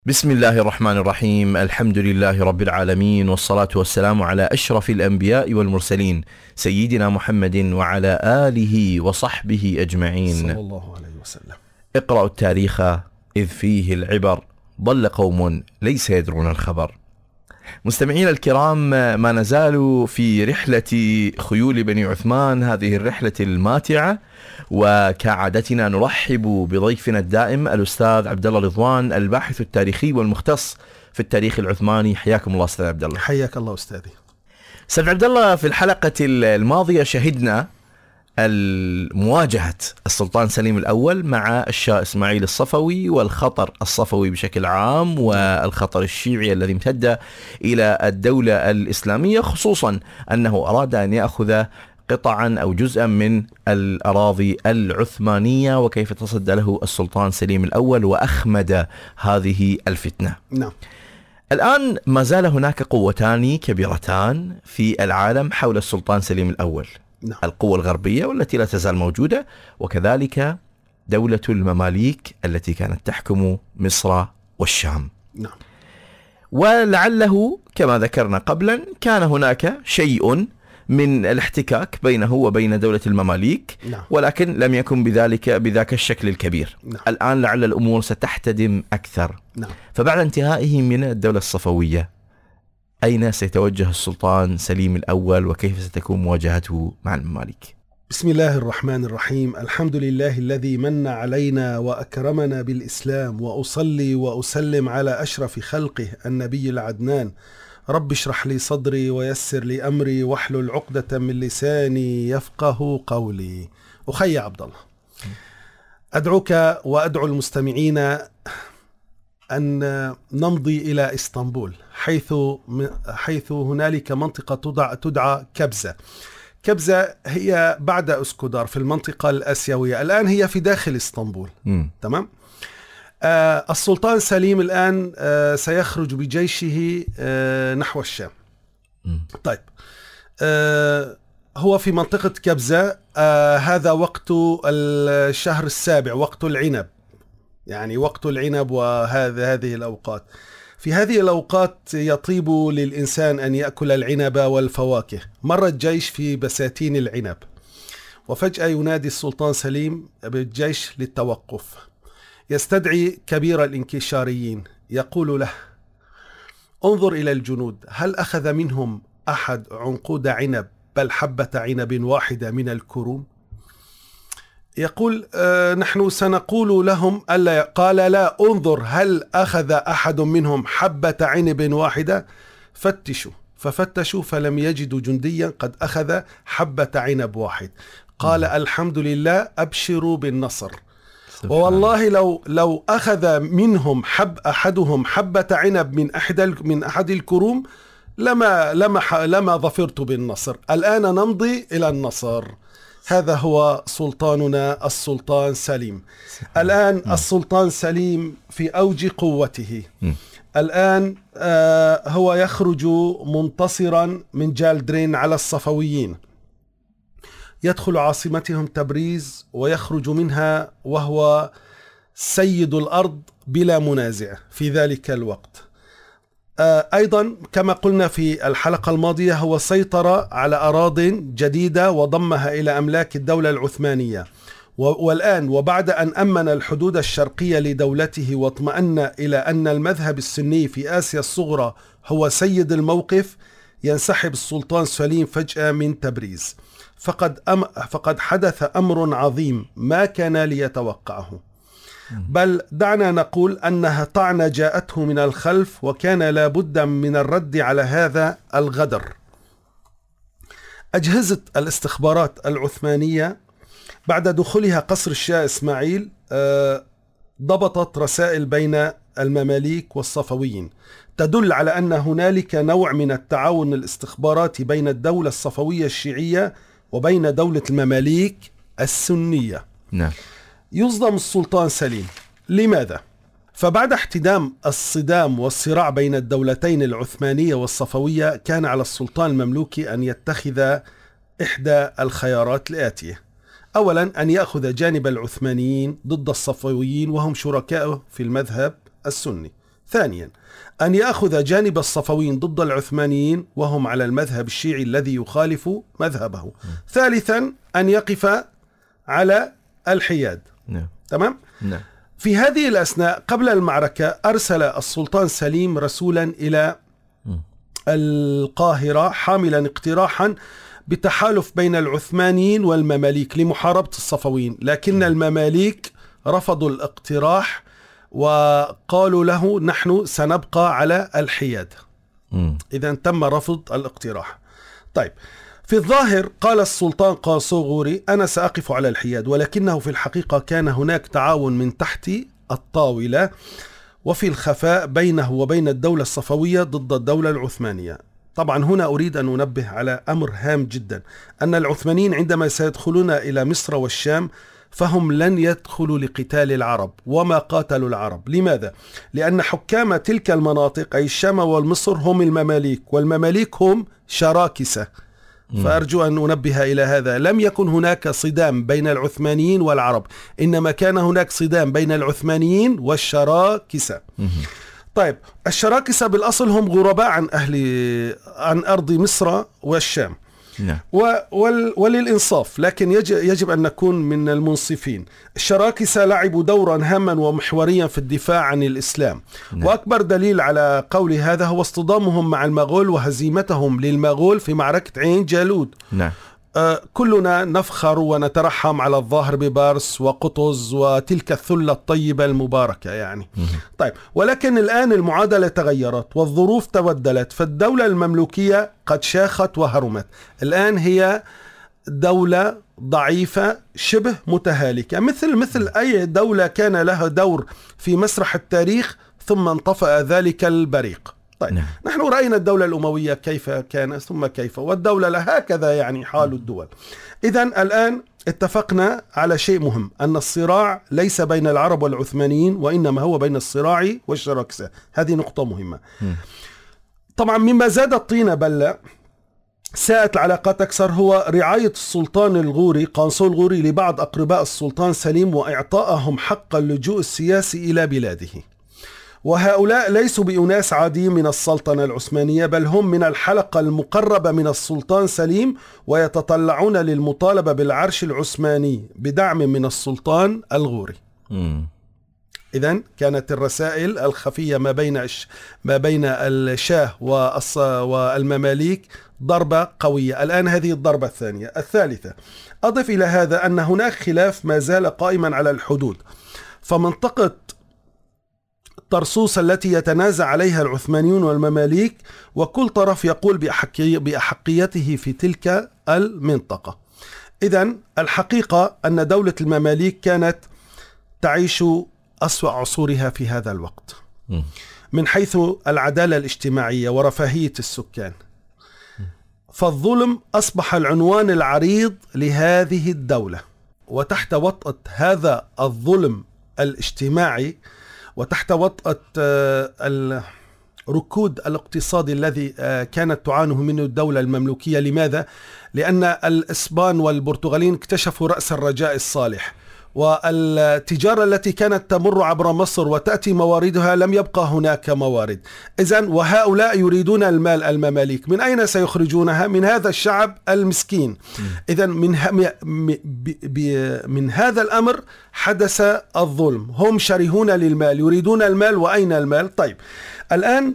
بسم الله الرحمن الرحيم. الحمد لله رب العالمين، والصلاة والسلام على أشرف الأنبياء والمرسلين سيدنا محمد وعلى آله وصحبه أجمعين صلى الله عليه وسلم. اقرأوا التاريخ إذ فيه العبر، ضل قوم ليس يدرون الخبر. مستمعين الكرام، ما نزال في رحلة خيول بني عثمان، هذه الرحلة الماتعة، وكعادتنا نرحب بضيفنا الدائم الأستاذ عبد الله رضوان، الباحث التاريخي والمختص في التاريخ العثماني. حياكم الله أستاذ عبد الله. حياك الله أستاذي. أستاذ عبد الله، في الحلقة الماضية شهدنا مواجهة السلطان سليم الأول مع الشاه إسماعيل الصفوي، والخطر الصفوي بشكل عام، والخطر الشيعي الذي امتد إلى الدولة الإسلامية، خصوصا أنه أراد أن يأخذ قطعا أو جزءا من الأراضي العثمانية، وكيف تصدى له السلطان سليم الأول وأخمد هذه الفتنة. نعم. الآن ما زال هناك قوتان كبيرتان في العالم حول السلطان سليم الأول. نعم. القوة الغربية والتي لا تزال موجودة، وكذلك دولة المماليك التي كانت تحكم مصر والشام. نعم. ولعله كما ذكرنا قبلا كان هناك شيء من الاحتكاك بينه وبين دولة المماليك. نعم. ولكن لم يكن بذاك الشكل الكبير. نعم. الآن لعل الأمور ستحتدم أكثر. نعم. فبعد انتهائه من الدولة الصفوية، أين سيتوجه السلطان سليم الأول، وكيف ستكون مواجهته مع المماليك؟ بسم الله الرحمن الرحيم. الحمد لله الذي من علينا وأكرمنا بالإسلام، وأصلي وأسلم على أشرف خلقه النبي العدنان. رب اشرح لي صدري ويسر لي أمري واحلل عقدة من لساني يفقه قولي. أخي عبد الله، أدعوك وأدعو المستمعين أن نمضي إلى إسطنبول، حيث هنالك منطقة تدعى كبزة. كبزة هي بعد أسكودار في المنطقة الآسيوية، الآن هي في داخل إسطنبول. تمام. السلطان سليم الآن سيخرج بجيشه نحو الشام. طيب، هو في منطقة كبزة. هذا وقت الشهر السابع، وقت العنب، يعني وقت العنب، وهذه الأوقات. في هذه الأوقات يطيب للإنسان أن يأكل العنب والفواكه. مر الجيش في بساتين العنب، وفجأة ينادي السلطان سليم بالجيش للتوقف. يستدعي كبير الانكشاريين، يقول له: انظر إلى الجنود، هل أخذ منهم أحد عنقود عنب بل حبة عنب واحدة من الكروم؟ يقول: نحن سنقول لهم ألا. قال: لا، انظر هل أخذ أحد منهم حبة عنب واحدة؟ فتشوا. ففتشوا فلم يجدوا جنديا قد أخذ حبة عنب واحد. قال: الحمد لله، أبشروا بالنصر. والله لو أخذ منهم أحدهم حبة عنب من أحد الكروم لما ظفرت بالنصر. الآن نمضي إلى النصر. هذا هو سلطاننا السلطان سليم. الآن السلطان سليم في أوج قوته. الآن هو يخرج منتصرا من جالدرين على الصفويين، يدخل عاصمتهم تبريز، ويخرج منها وهو سيد الأرض بلا منازع في ذلك الوقت. أيضا كما قلنا في الحلقة الماضية، هو سيطر على أراضٍ جديدة وضمها إلى أملاك الدولة العثمانية. والآن وبعد أن أمن الحدود الشرقية لدولته، واطمأن إلى أن المذهب السني في آسيا الصغرى هو سيد الموقف، ينسحب السلطان سليم فجأة من تبريز. فقد حدث أمر عظيم ما كان ليتوقعه، بل دعنا نقول أنها طعنة جاءته من الخلف، وكان لابد من الرد على هذا الغدر. أجهزة الاستخبارات العثمانية بعد دخولها قصر الشاه إسماعيل ضبطت رسائل بين المماليك والصفويين تدل على أن هنالك نوع من التعاون الاستخباراتي بين الدولة الصفوية الشيعية وبين دولة المماليك السنية. نعم. يصدم السلطان سليم. لماذا؟ فبعد احتدام الصدام والصراع بين الدولتين العثمانية والصفوية، كان على السلطان المملوكي أن يتخذ إحدى الخيارات الآتية: أولا، أن يأخذ جانب العثمانيين ضد الصفويين وهم شركائه في المذهب السني. ثانيا أن يأخذ جانب الصفويين ضد العثمانيين وهم على المذهب الشيعي الذي يخالف مذهبه. ثالثا أن يقف على الحياد. تمام؟ في هذه الأثناء قبل المعركة أرسل السلطان سليم رسولا إلى القاهرة حاملا اقتراحا بتحالف بين العثمانيين والمماليك لمحاربة الصفويين، لكن المماليك رفضوا الاقتراح وقالوا له نحن سنبقى على الحياد. إذن تم رفض الاقتراح. طيب، في الظاهر قال السلطان قاسو غوري أنا سأقف على الحياد، ولكنه في الحقيقة كان هناك تعاون من تحت الطاولة وفي الخفاء بينه وبين الدولة الصفوية ضد الدولة العثمانية. طبعا هنا أريد أن أنبه على أمر هام جدا، أن العثمانيين عندما سيدخلون إلى مصر والشام فهم لن يدخلوا لقتال العرب وما قاتلوا العرب. لماذا؟ لأن حكام تلك المناطق أي الشام والمصر هم المماليك، والمماليك هم شراكسة. فأرجو أن أنبه إلى هذا، لم يكن هناك صدام بين العثمانيين والعرب، إنما كان هناك صدام بين العثمانيين والشراكسة. طيب، الشراكسة بالأصل هم غرباء عن أرض مصر والشام. وللإنصاف، لكن يجب أن نكون من المنصفين، الشراكسة لعبوا دورا هاما ومحوريا في الدفاع عن الإسلام. وأكبر دليل على قول هذا هو اصطدامهم مع المغول وهزيمتهم للمغول في معركة عين جالوت. كلنا نفخر ونترحم على الظاهر ببارس وقطز وتلك الثلة الطيبة المباركة يعني. طيب، ولكن الآن المعادلة تغيرت والظروف تبدلت، فالدولة المملوكية قد شاخت وهرمت. الآن هي دولة ضعيفة شبه متهالكة، مثل أي دولة كان لها دور في مسرح التاريخ ثم انطفأ ذلك البريق. طيب، نحن رأينا الدولة الأموية كيف كان ثم كيف، والدولة هكذا يعني حال الدول. إذن الآن اتفقنا على شيء مهم، أن الصراع ليس بين العرب والعثمانيين، وإنما هو بين الصراع والشراكسة. هذه نقطة مهمة. طبعا مما زاد الطين بلة ساءت العلاقات أكثر هو رعاية السلطان الغوري قنصل الغوري لبعض أقرباء السلطان سليم وإعطائهم حق اللجوء السياسي إلى بلاده. وهؤلاء ليسوا بأناس عاديين من السلطنة العثمانية، بل هم من الحلقة المقربة من السلطان سليم، ويتطلعون للمطالبة بالعرش العثماني بدعم من السلطان الغوري. إذن كانت الرسائل الخفية ما بين الشاه والمماليك ضربة قوية. الآن هذه الضربة الثانية. الثالثة، أضف إلى هذا أن هناك خلاف ما زال قائما على الحدود، فمنطقة طرسوس التي يتنازع عليها العثمانيون والمماليك، وكل طرف يقول بأحقيته في تلك المنطقة. إذن الحقيقة أن دولة المماليك كانت تعيش أسوأ عصورها في هذا الوقت من حيث العدالة الاجتماعية ورفاهية السكان، فالظلم أصبح العنوان العريض لهذه الدولة. وتحت وطأة هذا الظلم الاجتماعي وتحت وطأة الركود الاقتصادي الذي كانت تعانه منه الدولة المملوكية. لماذا؟ لأن الإسبان والبرتغاليين اكتشفوا رأس الرجاء الصالح، والتجارة التي كانت تمر عبر مصر وتأتي مواردها لم يبقى هناك موارد. إذن وهؤلاء يريدون المال، المماليك من أين سيخرجونها؟ من هذا الشعب المسكين. إذن من هذا الأمر حدث الظلم، هم شرهون للمال، يريدون المال، وأين المال؟ طيب، الآن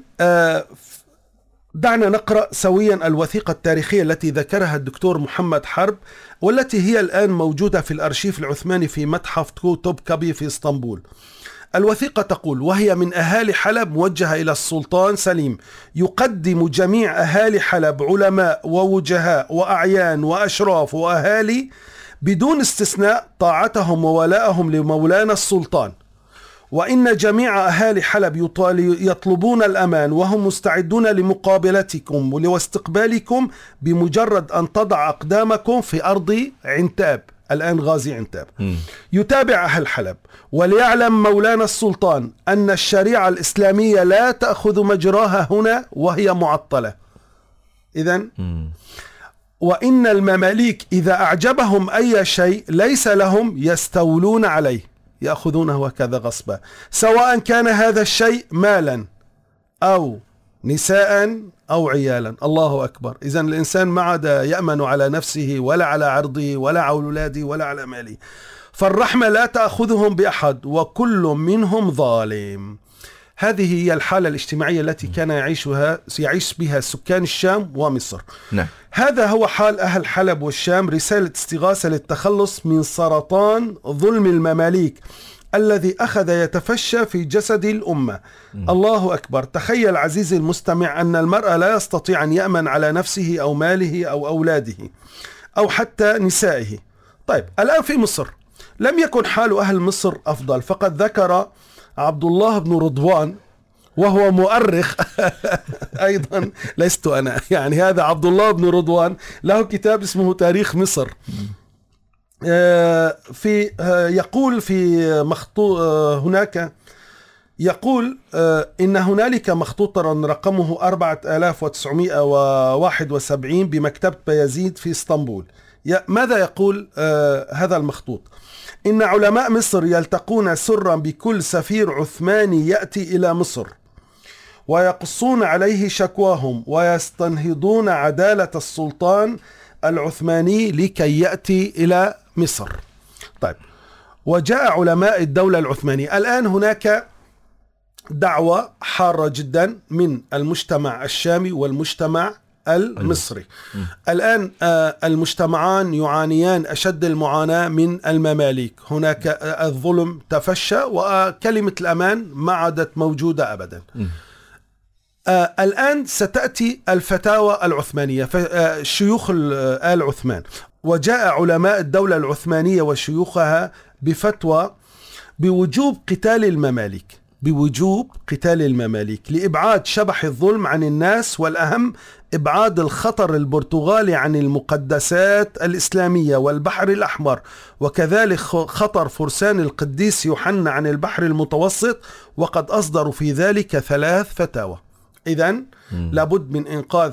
دعنا نقرأ سويا الوثيقة التاريخية التي ذكرها الدكتور محمد حرب، والتي هي الآن موجودة في الأرشيف العثماني في متحف توبكابي في اسطنبول. الوثيقة تقول: وهي من أهالي حلب موجهة إلى السلطان سليم، يقدم جميع أهالي حلب علماء ووجهاء وأعيان وأشراف وأهالي بدون استثناء طاعتهم وولائهم لمولانا السلطان، وإن جميع أهالي حلب يطلبون الأمان، وهم مستعدون لمقابلتكم واستقبالكم بمجرد أن تضع أقدامكم في أرض عنتاب، الآن غازي عنتاب. يتابع أهل حلب، وليعلم مولانا السلطان أن الشريعة الإسلامية لا تأخذ مجراها هنا وهي معطلة. إذن وإن المماليك إذا أعجبهم أي شيء ليس لهم يستولون عليه. يأخذونه هكذا غصبا، سواء كان هذا الشيء مالا أو نساء أو عيالا. الله أكبر. إذن الإنسان ما عاد يأمن على نفسه ولا على عرضه ولا على أولاده ولا على ماله. فالرحمة لا تأخذهم بأحد وكل منهم ظالم. هذه هي الحالة الاجتماعية التي كان يعيش بها سكان الشام ومصر. نعم. هذا هو حال أهل حلب والشام، رسالة استغاثة للتخلص من سرطان ظلم المماليك الذي أخذ يتفشى في جسد الأمة. الله أكبر. تخيل عزيزي المستمع أن المرأة لا يستطيع أن يأمن على نفسه أو ماله أو أولاده أو حتى نسائه. طيب الآن في مصر لم يكن حال أهل مصر أفضل، فقد ذكر عبد الله بن رضوان وهو مؤرخ أيضا لست أنا، يعني هذا عبد الله بن رضوان له كتاب اسمه تاريخ مصر. يقول في مخطوط هناك، يقول إن هنالك مخطوطا رقمه 4971 بمكتبة بايزيد في اسطنبول. ماذا يقول هذا المخطوط؟ إن علماء مصر يلتقون سرا بكل سفير عثماني يأتي إلى مصر ويقصون عليه شكواهم ويستنهضون عدالة السلطان العثماني لكي يأتي إلى مصر. طيب، وجاء علماء الدولة العثمانية. الآن هناك دعوة حارة جدا من المجتمع الشامي والمجتمع المصري. الآن المجتمعان يعانيان أشد المعاناة من المماليك. هناك الظلم تفشى وكلمة الأمان ما عادت موجودة أبدا. الآن ستأتي الفتاوى العثمانية، شيوخ آل عثمان، وجاء علماء الدولة العثمانية وشيوخها بفتوى بوجوب قتال المماليك لإبعاد شبح الظلم عن الناس، والأهم إبعاد الخطر البرتغالي عن المقدسات الإسلامية والبحر الأحمر، وكذلك خطر فرسان القديس يوحنا عن البحر المتوسط، وقد أصدروا في ذلك 3 فتاوى. إذن لابد من إنقاذ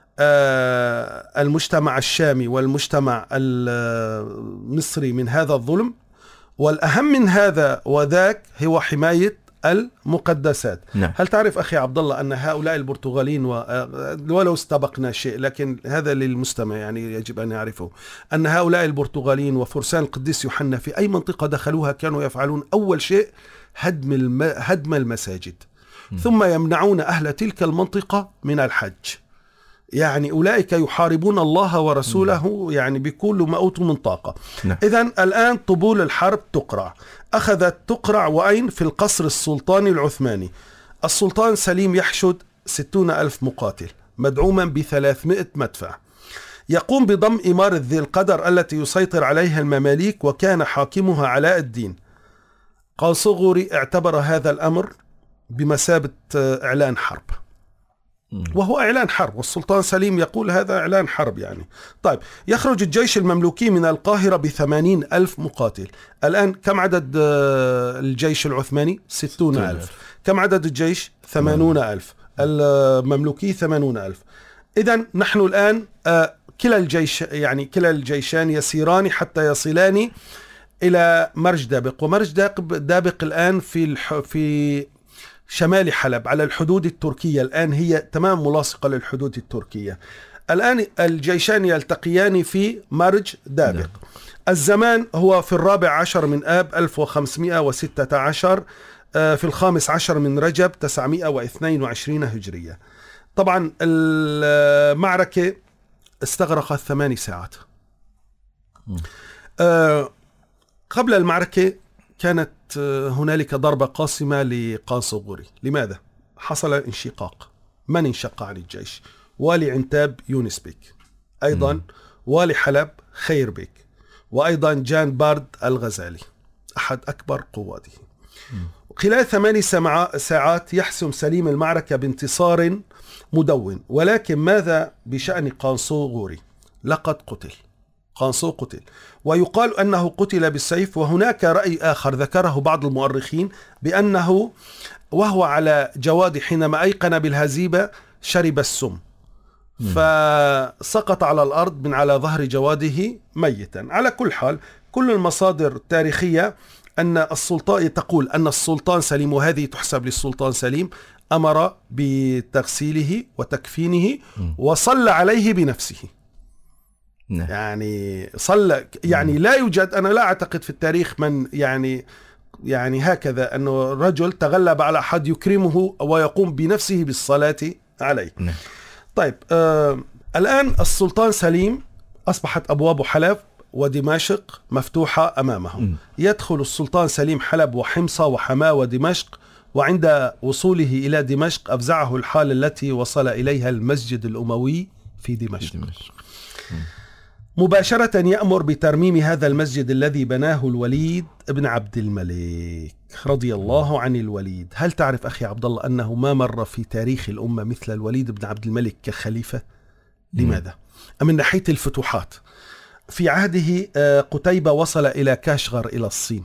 المجتمع الشامي والمجتمع المصري من هذا الظلم، والأهم من هذا وذاك هو حماية المقدسات. نعم. هل تعرف أخي عبد الله أن هؤلاء البرتغاليين ولو استبقنا شيء، لكن هذا للمستمع يعني يجب أن يعرفه، أن هؤلاء البرتغاليين وفرسان القديس يوحنا في أي منطقة دخلوها كانوا يفعلون أول شيء هدم المساجد، ثم يمنعون أهل تلك المنطقة من الحج. يعني أولئك يحاربون الله ورسوله يعني بكل ما أوتوا من طاقة. إذن الآن طبول الحرب تقرع، أخذت تقرع وأين؟ في القصر السلطاني العثماني. السلطان سليم يحشد 60,000 مقاتل مدعوما ب300 مدفع، يقوم بضم إمارة ذي القدر التي يسيطر عليها المماليك، وكان حاكمها علاء الدين. قاصغوري اعتبر هذا الأمر بمثابة إعلان حرب، وهو إعلان حرب، والسلطان سليم يقول هذا إعلان حرب يعني. طيب، يخرج الجيش المملوكي من القاهرة ب80,000 مقاتل. الآن كم عدد الجيش العثماني؟ 60,000. كم عدد الجيش؟ 80,000. المملوكي 80,000. إذن نحن الآن كلا الجيشان يسيران حتى يصلان إلى مرج دابق، ومرج دابق الآن في شمال حلب على الحدود التركية. الآن هي تمام ملاصقة للحدود التركية. الآن الجيشان يلتقيان في مرج دابق. الزمان هو في 14 من آب 1516 في 15 من رجب 922 هجرية. طبعا المعركة استغرقت 8 ساعات. قبل المعركة كانت هنالك ضربة قاسمة لقاصغوري. لماذا؟ حصل انشقاق. من انشق عن الجيش؟ والي عنتاب يونس بيك، أيضا والي حلب خير بيك، وأيضا جان بارد الغزالي أحد أكبر قواده. خلال 8 ساعات يحسم سليم المعركة بانتصار مدون. ولكن ماذا بشأن قاصغوري؟ لقد قتل. قانصو قتل، ويقال أنه قتل بالسيف. وهناك رأي آخر ذكره بعض المؤرخين بأنه وهو على جواد حينما أيقن بالهزيمة شرب السم فسقط على الأرض من على ظهر جواده ميتا. على كل حال، كل المصادر التاريخية أن السلطان تقول أن السلطان سليم، وهذه تحسب للسلطان سليم، أمر بتغسيله وتكفينه وصلى عليه بنفسه. يعني صلى، يعني لا يوجد، أنا لا أعتقد في التاريخ من يعني هكذا أنه رجل تغلب على أحد يكرمه ويقوم بنفسه بالصلاة عليه. طيب الآن السلطان سليم أصبحت أبواب حلب ودمشق مفتوحة أمامه. يدخل السلطان سليم حلب وحمص وحماة ودمشق، وعند وصوله إلى دمشق أفزعه الحال التي وصل إليها المسجد الأموي في دمشق. مباشرة يأمر بترميم هذا المسجد الذي بناه الوليد بن عبد الملك رضي الله عن الوليد. هل تعرف أخي عبد الله أنه ما مر في تاريخ الأمة مثل الوليد بن عبد الملك كخليفة؟ لماذا؟ من ناحية الفتوحات. في عهده قتيبة وصل إلى كاشغر إلى الصين.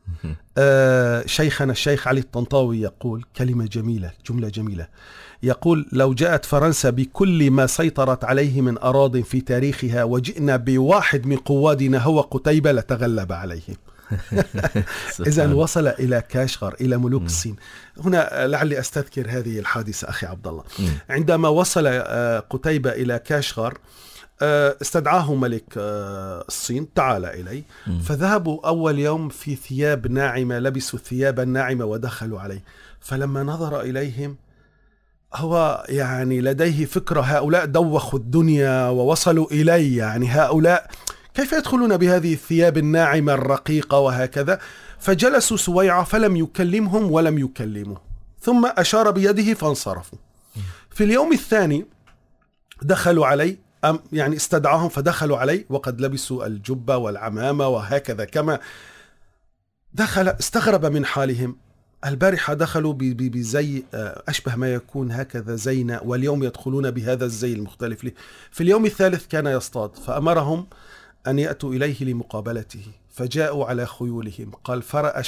شيخنا الشيخ علي الطنطاوي يقول كلمة جميلة، جملة جميلة، يقول: لو جاءت فرنسا بكل ما سيطرت عليه من أراض في تاريخها وجئنا بواحد من قوادنا هو قتيبة لتغلب عليهم. إذن وصل إلى كاشغر، إلى ملوك الصين. هنا لعلي أستذكر هذه الحادثة أخي عبد الله. عندما وصل قتيبة إلى كاشغر استدعاه ملك الصين، تعال إلي. فذهبوا أول يوم في ثياب ناعمة، لبسوا ثيابا ناعمة ودخلوا عليه. فلما نظر إليهم هو يعني لديه فكرة، هؤلاء دوخوا الدنيا ووصلوا إلي، يعني هؤلاء كيف يدخلون بهذه الثياب الناعمة الرقيقة وهكذا. فجلسوا سويعة فلم يكلمهم ولم يكلموا، ثم أشار بيده فانصرفوا. في اليوم الثاني دخلوا علي، يعني استدعاهم فدخلوا علي وقد لبسوا الجبة والعمامة وهكذا كما دخل. استغرب من حالهم. البارحة دخلوا بزي أشبه ما يكون هكذا زينا، واليوم يدخلون بهذا الزي المختلف له. في اليوم الثالث كان يصطاد، فأمرهم أن يأتوا إليه لمقابلته، فجاءوا على خيولهم. قال: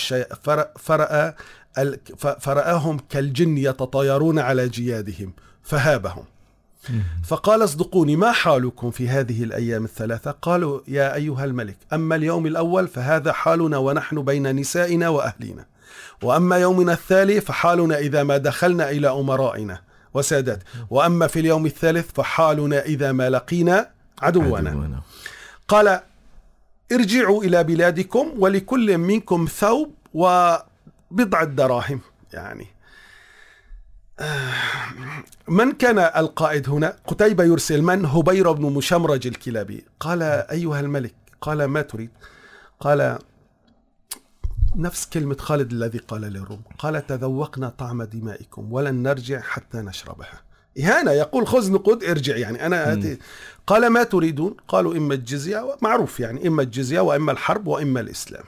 فرأهم كالجن يتطايرون على جيادهم فهابهم. فقال: اصدقوني، ما حالكم في هذه الأيام الثلاثة؟ قالوا: يا أيها الملك، أما اليوم الأول فهذا حالنا ونحن بين نسائنا وأهلنا، وأما يومنا الثاني فحالنا إذا ما دخلنا إلى أمرائنا وسادات، وأما في اليوم الثالث فحالنا إذا ما لقينا عدونا. قال: ارجعوا إلى بلادكم ولكل منكم ثوب وبضعة دراهم. يعني من كان القائد هنا؟ قتيبة يرسل من؟ هبير بن مشمرج الكلابي. قال: أيها الملك. قال: ما تريد؟ قال نفس كلمة خالد الذي قال للروم، قال: تذوقنا طعم دمائكم ولن نرجع حتى نشربها. إهانة، يقول خذ نقود ارجع، يعني أنا قال: ما تريدون؟ قالوا: إما الجزية، معروف يعني إما الجزية وإما الحرب وإما الإسلام.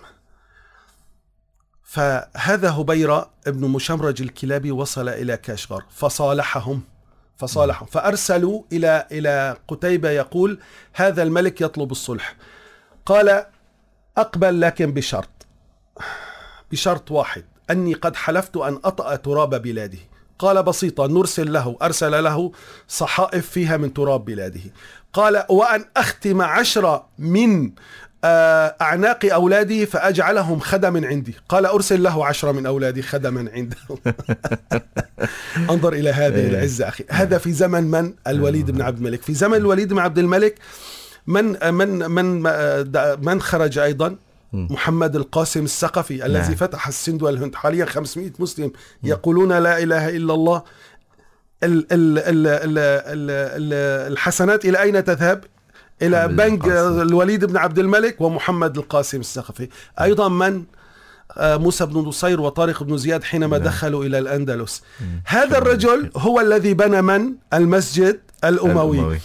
فهذا هبير ابن مشمرج الكلابي وصل إلى كاشغر فصالحهم فأرسلوا إلى قتيبة يقول: هذا الملك يطلب الصلح. قال: أقبل، لكن بشرط واحد، أني قد حلفت أن أطأ تراب بلاده. قال: بسيطة، أرسل له صحائف فيها من تراب بلاده. قال: وأن أختم 10 من أعناق أولادي فأجعلهم خدما عندي. قال: أرسل له 10 من أولادي خدما عنده. انظر إلى هذه العزة أخي. هذا في زمن من؟ الوليد بن عبد الملك. في زمن الوليد بن عبد الملك من خرج أيضا؟ محمد القاسم الثقفي الذي فتح السند والهند. حاليا 500 مسلم يقولون لا إله إلا الله. الحسنات إلى أين تذهب؟ إلى بنك الوليد بن عبد الملك ومحمد القاسم الثقفي. أيضا من؟ موسى بن نصير وطارق بن زياد حينما دخلوا إلى الأندلس. هذا الرجل هو الذي بنى من؟ المسجد الأموي.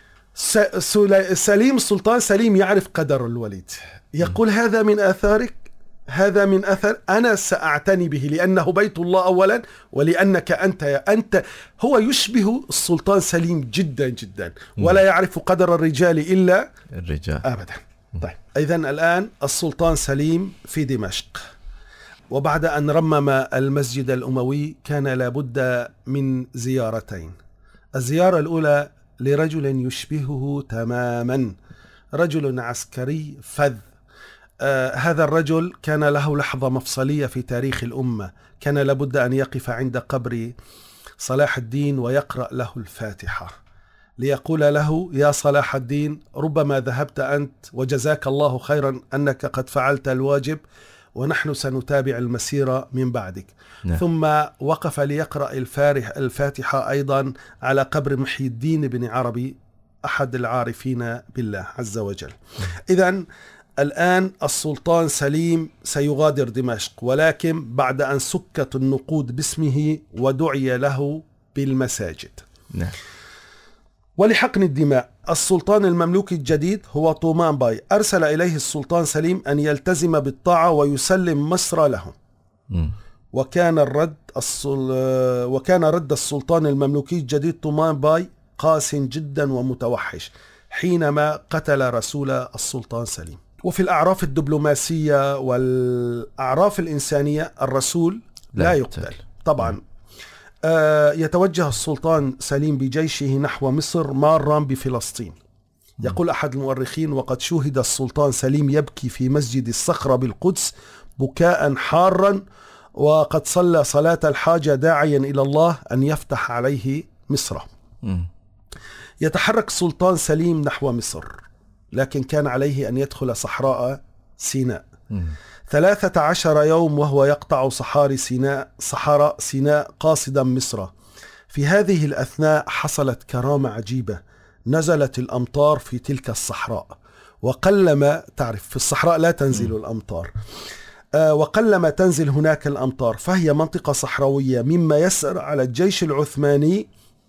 سليم السلطان سليم يعرف قدر الوليد، يقول: هذا من آثارك، هذا من أثر، أنا سأعتني به لأنه بيت الله أولا، ولأنك أنت هو يشبه السلطان سليم جدا جدا، ولا يعرف قدر الرجال إلا الرجال أبدا. طيب، إذن الآن السلطان سليم في دمشق، وبعد أن رمم المسجد الأموي كان لابد من زيارتين. الزيارة الأولى لرجل يشبهه تماما، رجل عسكري فذ هذا الرجل كان له لحظة مفصلية في تاريخ الأمة، كان لابد أن يقف عند قبر صلاح الدين ويقرأ له الفاتحة ليقول له: يا صلاح الدين، ربما ذهبت أنت وجزاك الله خيرا أنك قد فعلت الواجب، ونحن سنتابع المسيرة من بعدك. نعم. ثم وقف ليقرأ الفاتحة أيضا على قبر محي الدين بن عربي، أحد العارفين بالله عز وجل. إذن الآن السلطان سليم سيغادر دمشق، ولكن بعد أن سكت النقود باسمه ودعي له بالمساجد. نعم. ولحقن الدماء، السلطان المملوكي الجديد هو طومان باي أرسل إليه السلطان سليم أن يلتزم بالطاعة ويسلم مصر له. وكان رد السلطان المملوكي الجديد طومان باي قاس جدا ومتوحش حينما قتل رسول السلطان سليم. وفي الأعراف الدبلوماسية والأعراف الإنسانية الرسول لا يقتل طبعا. يتوجه السلطان سليم بجيشه نحو مصر مارا بفلسطين. يقول أحد المؤرخين: وقد شوهد السلطان سليم يبكي في مسجد الصخرة بالقدس بكاء حارا، وقد صلى صلاة الحاجة داعيا إلى الله أن يفتح عليه مصر. يتحرك السلطان سليم نحو مصر، لكن كان عليه أن يدخل صحراء سيناء. 13 يوم وهو يقطع صحراء سيناء قاصدا مصر. في هذه الأثناء حصلت كرامة عجيبة، نزلت الأمطار في تلك الصحراء، وقلما تعرف في الصحراء لا تنزل الأمطار، وقلما تنزل هناك الأمطار، فهي منطقة صحراوية، مما يسر على الجيش العثماني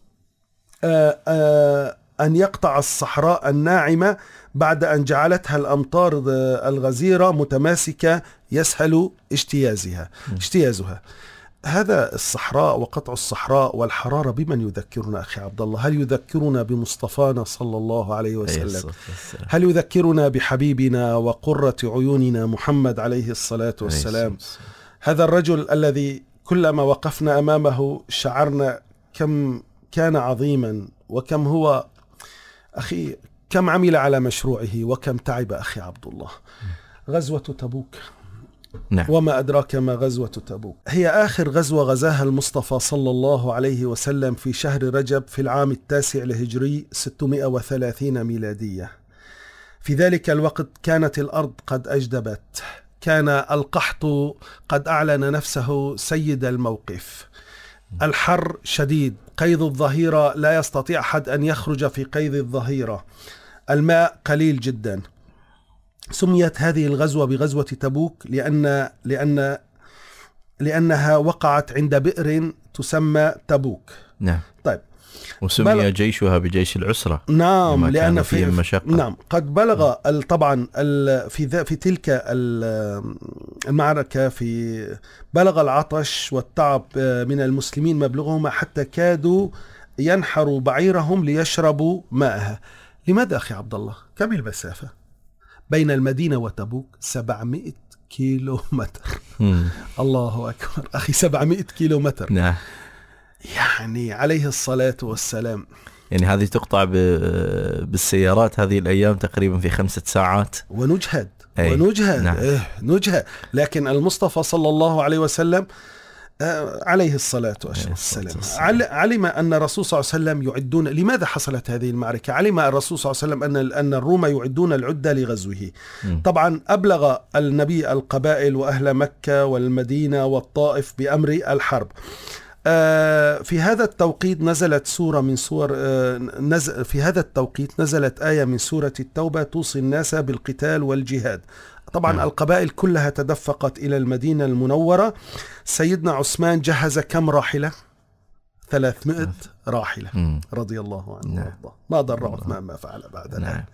أن يقطع الصحراء الناعمة بعد أن جعلتها الأمطار الغزيرة متماسكة يسهل اجتيازها. هذا الصحراء وقطع الصحراء والحرارة بمن يذكرنا أخي عبد الله؟ هل يذكرنا بمصطفانا صلى الله عليه وسلم؟ هل يذكرنا بحبيبنا وقرة عيوننا محمد عليه الصلاة والسلام؟ هذا الرجل الذي كلما وقفنا أمامه شعرنا كم كان عظيما، وكم هو أخي كم عمل على مشروعه، وكم تعب أخي عبد الله. غزوة تبوك. نعم. وما أدراك ما غزوة تبوك. هي آخر غزوة غزاها المصطفى صلى الله عليه وسلم في شهر رجب في العام 9 الهجري 630 ميلادية. في ذلك الوقت كانت الأرض قد أجدبت، كان القحط قد أعلن نفسه سيد الموقف، الحر شديد، قيد الظهيرة لا يستطيع أحد أن يخرج في قيد الظهيرة، الماء قليل جدا. سميت هذه الغزوة بغزوة تبوك لأنها وقعت عند بئر تسمى تبوك. نعم. طيب. وسمي جيشها بجيش العسرة. نعم، لأن فيه المشقة. نعم، قد بلغ طبعا في تلك المعركة بلغ العطش والتعب من المسلمين مبلغهما حتى كادوا ينحروا بعيرهم ليشربوا ماءها. لماذا أخي عبد الله؟ كم المسافة بين المدينة وتبوك؟ 700 كيلو متر. الله أكبر أخي، 700 كيلو متر. نعم. يعني عليه الصلاة والسلام. يعني هذه تقطع بالسيارات هذه الأيام تقريبا في 5 ساعات. ونجهد. نعم. نجهد. لكن المصطفى صلى الله عليه وسلم عليه الصلاة والسلام علم أن الرسول صلى الله عليه وسلم يعدون. لماذا حصلت هذه المعركة؟ علم الرسول صلى الله عليه وسلم أن الروم يعدون العدة لغزوه. طبعا أبلغ النبي القبائل وأهل مكة والمدينة والطائف بأمر الحرب. في هذا التوقيت نزلت في هذا التوقيت نزلت آية من سورة التوبة توصي الناس بالقتال والجهاد. طبعا القبائل كلها تدفقت إلى المدينة المنورة. سيدنا عثمان جهز كم راحلة؟ 300 راحلة رضي الله عنه وارضاه. ما ضر عثمان ما فعل بعد ذلك.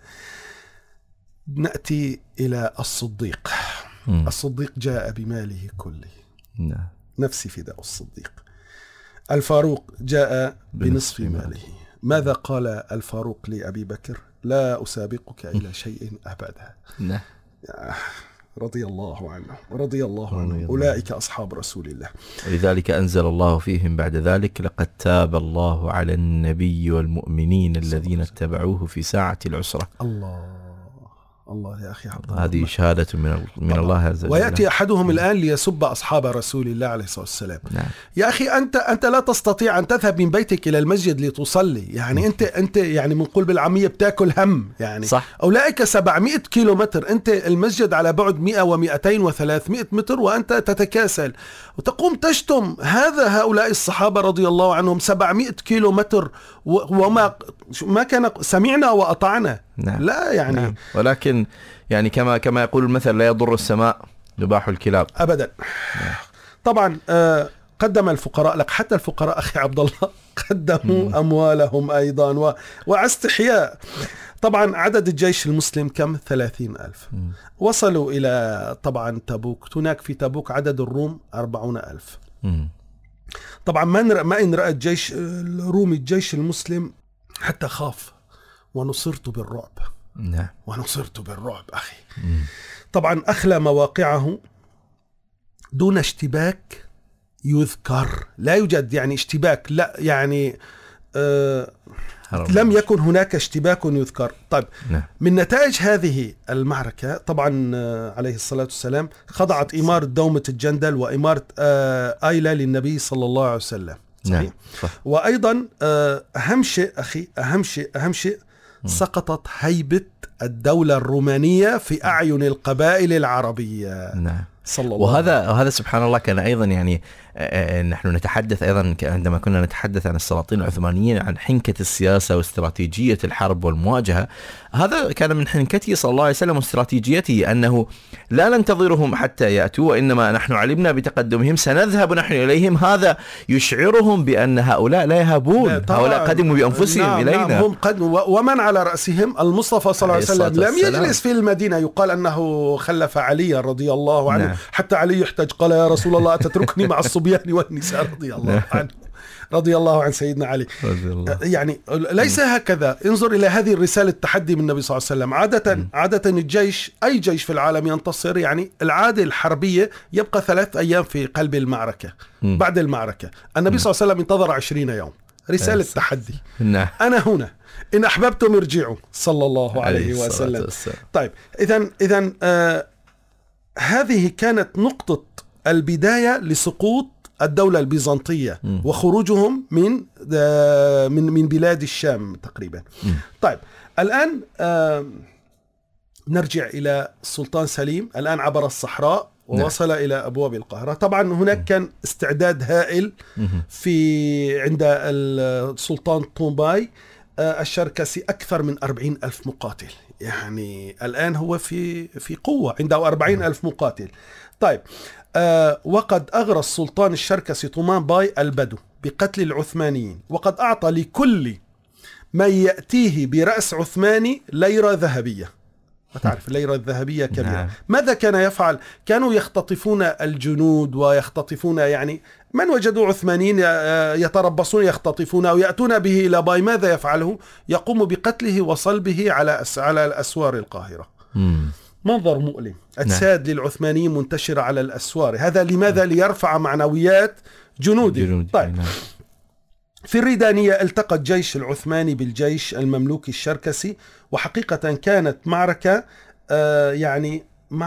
نأتي إلى الصديق. الصديق جاء بماله كله. نفسي فداء الصديق. الفاروق جاء بنصف ماله. ماذا قال الفاروق لأبي بكر؟ لا أسابقك إلى شيء أبدا. رضي الله عنه ورضي الله عنه. أولئك أصحاب رسول الله. ولذلك أنزل الله فيهم بعد ذلك: لقد تاب الله على النبي والمؤمنين الذين اتبعوه في ساعة العسرة. الله يا أخي عبد الله، هذه شهادة من الله عز وجل. ويأتي أحدهم الآن ليسب أصحاب رسول الله عليه الصلاة والسلام. نعم. يا أخي أنت لا تستطيع أن تذهب من بيتك إلى المسجد لتصلي، يعني أنت يعني بنقول بالعامية بتاكل هم يعني. صح. أولئك 700 كيلومتر، أنت المسجد على بعد 100 و200 و300 متر وأنت تتكاسل وتقوم تشتم هؤلاء الصحابة رضي الله عنهم. 700 كيلومتر وما كان سمعنا وأطعنا. نعم. لا يعني. نعم. ولكن يعني كما يقول المثل لا يضر السماء ذباح الكلاب أبدا. نعم. طبعا قدم الفقراء لك، حتى الفقراء أخي عبد الله قدموا أموالهم أيضا واستحياء. طبعا عدد الجيش المسلم كم؟ 30,000. وصلوا إلى طبعا تبوك. هناك في تبوك عدد الروم 40,000. طبعا ما إن رأى الجيش الرومي الجيش المسلم حتى خاف، ونصرت بالرعب. نعم. ونصرت بالرعب أخي. طبعا أخلى مواقعه دون اشتباك يذكر، لا يوجد يعني اشتباك، لا يعني لم يكن هناك اشتباك يذكر. طيب نعم. من نتائج هذه المعركة طبعا عليه الصلاة والسلام خضعت إمارة دومة الجندل وإمارة آيلة للنبي صلى الله عليه وسلم. صحيح؟ نعم. صح. وأيضا أهم شيء أخي، أهم شيء سقطت هيبة الدولة الرومانية في أعين القبائل العربية. نعم. صلى الله وهذا سبحان الله كان أيضا يعني نحن نتحدث أيضا عندما كنا نتحدث عن السلاطين العثمانيين عن حنكة السياسة واستراتيجية الحرب والمواجهة. هذا كان من حنكته صلى الله عليه وسلم واستراتيجيته، أنه لا ننتظرهم حتى يأتوا، وإنما نحن علمنا بتقدمهم سنذهب نحن إليهم. هذا يشعرهم بأن هؤلاء لا يهابون، هؤلاء قدموا بأنفسهم. نعم. إلينا. نعم. هم قدموا، ومن على رأسهم المصطفى صلى الله عليه وسلم لم يجلس في المدينة. يقال أنه خلف علي رضي الله عنه. نعم. حتى علي يحتج، قال يا رسول الله أتتركني مع الصبيان والنساء رضي الله عنه، رضي الله عن سيدنا علي. يعني ليس هكذا. انظر إلى هذه الرسالة التحدي من النبي صلى الله عليه وسلم. عادة الجيش، أي جيش في العالم ينتصر، يعني العادة الحربية يبقى 3 أيام في قلب المعركة. بعد المعركة النبي صلى الله عليه وسلم انتظر 20 يوم. رسالة تحدي. أنا هنا، إن أحببتم ارجعوا، صلى الله عليه وسلم. طيب إذن هذه كانت نقطة البداية لسقوط الدولة البيزنطية وخروجهم من بلاد الشام تقريبا. طيب الآن نرجع إلى السلطان سليم. الآن عبر الصحراء ووصل إلى أبواب القاهرة. طبعا هناك كان استعداد هائل عند السلطان طومباي الشركسي، أكثر من 40,000 مقاتل. يعني الآن هو في قوة، عنده 40,000 مقاتل. طيب وقد أغرى السلطان الشركسي طومان باي البدو بقتل العثمانيين، وقد أعطى لكل من يأتيه برأس عثماني ليرة ذهبية. وتعرف الليرة الذهبية كبيرة. نعم. ماذا كان يفعل؟ كانوا يختطفون الجنود ويختطفون، يعني من وجدوا عثمانيين يتربصون يختطفون أو يأتون به إلى باي. ماذا يفعله؟ يقوم بقتله وصلبه على الأسوار القاهرة. منظر مؤلم. أجساد للعثمانيين منتشرة على الأسوار. هذا لماذا؟ ليرفع معنويات جنوده. طيب في الريدانية التقى الجيش العثماني بالجيش المملوكي الشركسي، وحقيقة كانت معركة يعني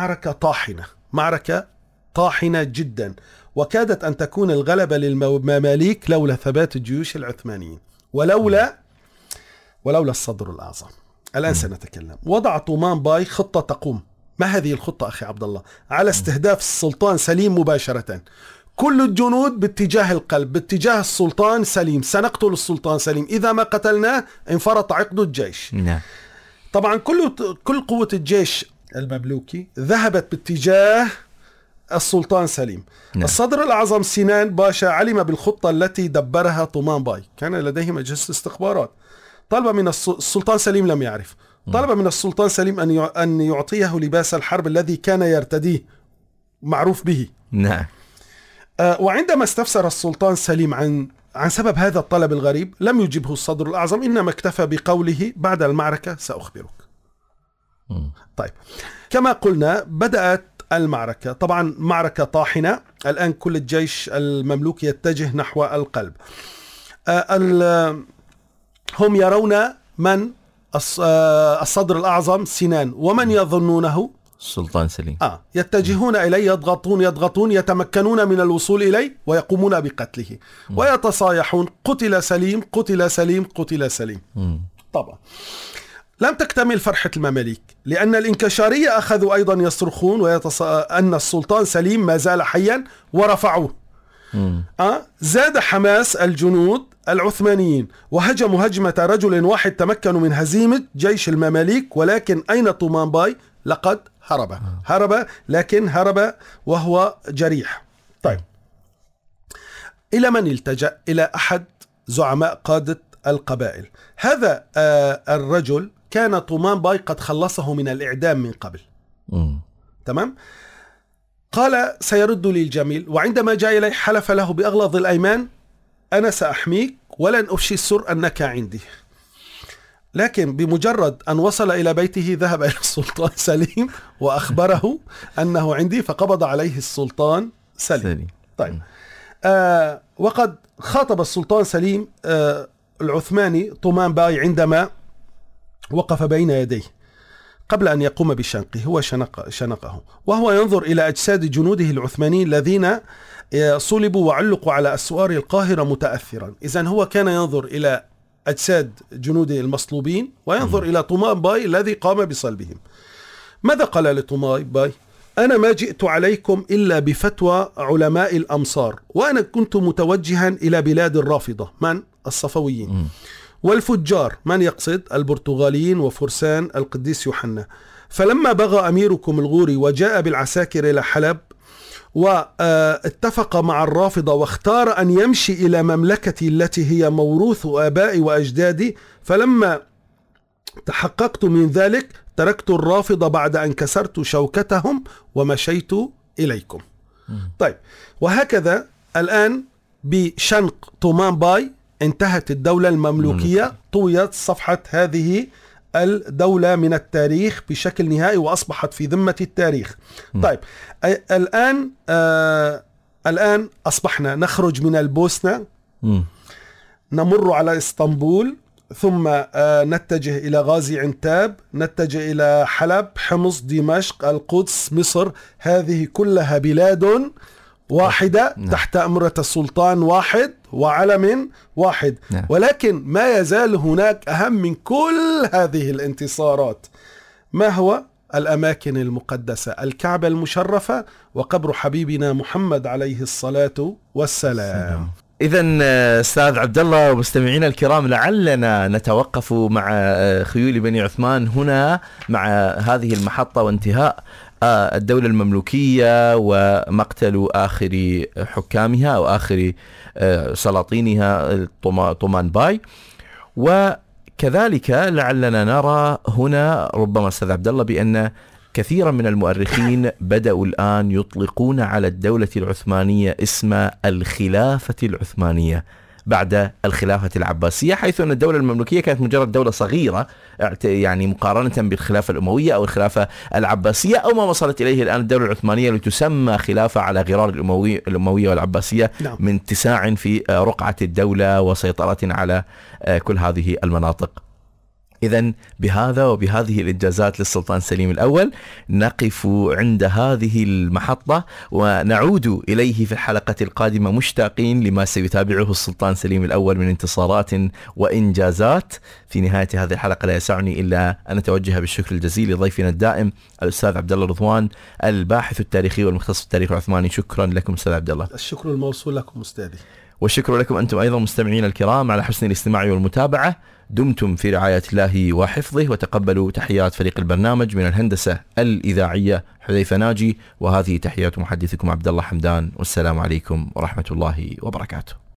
معركة طاحنة جدا، وكادت أن تكون الغلبة للمماليك لولا ثبات الجيوش العثمانيين ولولا الصدر الأعظم. الآن سنتكلم. وضع طومان باي خطة تقوم. ما هذه الخطة أخي عبد الله؟ على استهداف السلطان سليم مباشرة. كل الجنود باتجاه القلب، باتجاه السلطان سليم. سنقتل السلطان سليم، إذا ما قتلناه انفرط عقد الجيش. طبعا كل قوة الجيش المملوكي ذهبت باتجاه السلطان سليم. الصدر الأعظم سنان باشا علم بالخطة التي دبرها طومان باي. كان لديهم أجهزة استخبارات. طلب من السلطان سليم، لم يعرف، طلب من السلطان سليم أن يعطيه لباس الحرب الذي كان يرتديه، معروف به. نعم. وعندما استفسر السلطان سليم عن سبب هذا الطلب الغريب، لم يجبه الصدر الأعظم، إنما اكتفى بقوله بعد المعركة سأخبرك. طيب كما قلنا بدأت المعركة. طبعا معركة طاحنة. الآن كل الجيش المملوكي يتجه نحو القلب. هم يرون من الصدر الأعظم سنان، ومن يظنونه السلطان سليم. يتجهون إليه، يضغطون يتمكنون من الوصول إليه ويقومون بقتله ويتصايحون: قتل سليم، قتل سليم، قتل سليم. طبعا لم تكتمل فرحة المماليك، لأن الإنكشارية أخذوا أيضا يصرخون أن السلطان سليم ما زال حيا ورفعوه. زاد حماس الجنود العثمانيين وهجموا هجمة رجل واحد، تمكنوا من هزيمة جيش المماليك. ولكن أين طومان باي؟ لقد هرب، لكن هرب وهو جريح. طيب، إلى من التجأ؟ إلى أحد زعماء قادة القبائل. هذا الرجل كان طومان باي قد خلصه من الإعدام من قبل. تمام؟ قال: سيرد لي الجميل. وعندما جاء إليه حلف له بأغلظ الأيمان: أنا سأحميك ولن أفشي السر أنك عندي. لكن بمجرد أن وصل إلى بيته ذهب إلى السلطان سليم وأخبره أنه عندي، فقبض عليه السلطان سليم. طيب، وقد خاطب السلطان سليم العثماني طومان باي عندما وقف بين يديه قبل أن يقوم بشنقه. هو شنقه وهو ينظر إلى أجساد جنوده العثمانيين الذين صلبوا وعلقوا على أسوار القاهرة متأثرا. إذن هو كان ينظر إلى أجساد جنوده المصلوبين وينظر إلى طومان باي الذي قام بصلبهم. ماذا قال لطومان باي؟ أنا ما جئت عليكم إلا بفتوى علماء الأمصار، وأنا كنت متوجها إلى بلاد الرافضة، من؟ الصفويين، والفجار، من يقصد؟ البرتغاليين وفرسان القديس يوحنا. فلما بغى أميركم الغوري وجاء بالعساكر إلى حلب واتفق مع الرافضة واختار أن يمشي إلى مملكتي التي هي موروث آبائي وأجدادي، فلما تحققت من ذلك تركت الرافضة بعد أن كسرت شوكتهم ومشيت إليكم. طيب، وهكذا الآن بشنق طومان باي انتهت الدولة المملوكية، طويت صفحة هذه الدولة من التاريخ بشكل نهائي وأصبحت في ذمة التاريخ. طيب، الآن أصبحنا نخرج من البوسنة، نمر على إسطنبول، ثم نتجه إلى غازي عنتاب، نتجه إلى حلب، حمص، دمشق، القدس، مصر. هذه كلها بلاد واحدة تحت أمرة السلطان واحد وعلم واحد. ولكن ما يزال هناك أهم من كل هذه الانتصارات. ما هو؟ الأماكن المقدسة، الكعبة المشرفة وقبر حبيبنا محمد عليه الصلاة والسلام. إذن أستاذ عبد الله ومستمعينا الكرام، لعلنا نتوقف مع خيول بني عثمان هنا مع هذه المحطة وانتهاء الدولة المملوكية ومقتل آخر حكامها أو آخر سلاطينها طومان باي. وكذلك لعلنا نرى هنا ربما أستاذ عبد الله بأن كثيرا من المؤرخين بدأوا الآن يطلقون على الدولة العثمانية اسم الخلافة العثمانية بعد الخلافة العباسية، حيث أن الدولة المملوكية كانت مجرد دولة صغيرة يعني مقارنة بالخلافة الأموية أو الخلافة العباسية أو ما وصلت إليه الآن الدولة العثمانية، لتسمى خلافة على غرار الأموية والعباسية من اتساع في رقعة الدولة وسيطرة على كل هذه المناطق. إذن بهذا وبهذه الإنجازات للسلطان سليم الأول نقف عند هذه المحطة ونعود إليه في الحلقة القادمة مشتاقين لما سيتابعه السلطان سليم الأول من انتصارات وإنجازات. في نهاية هذه الحلقة لا يسعني إلا أن أتوجه بالشكر الجزيل لضيفنا الدائم الأستاذ عبد الله رضوان، الباحث التاريخي والمختص في التاريخ العثماني. شكرا لكم أستاذ عبد الله. الشكر الموصول لكم أستاذي، والشكر لكم أنتم أيضا مستمعين الكرام على حسن الاستماع والمتابعة. دمتم في رعاية الله وحفظه، وتقبلوا تحيات فريق البرنامج من الهندسة الإذاعية حذيفة ناجي، وهذه تحيات محدثكم عبد الله حمدان، والسلام عليكم ورحمة الله وبركاته.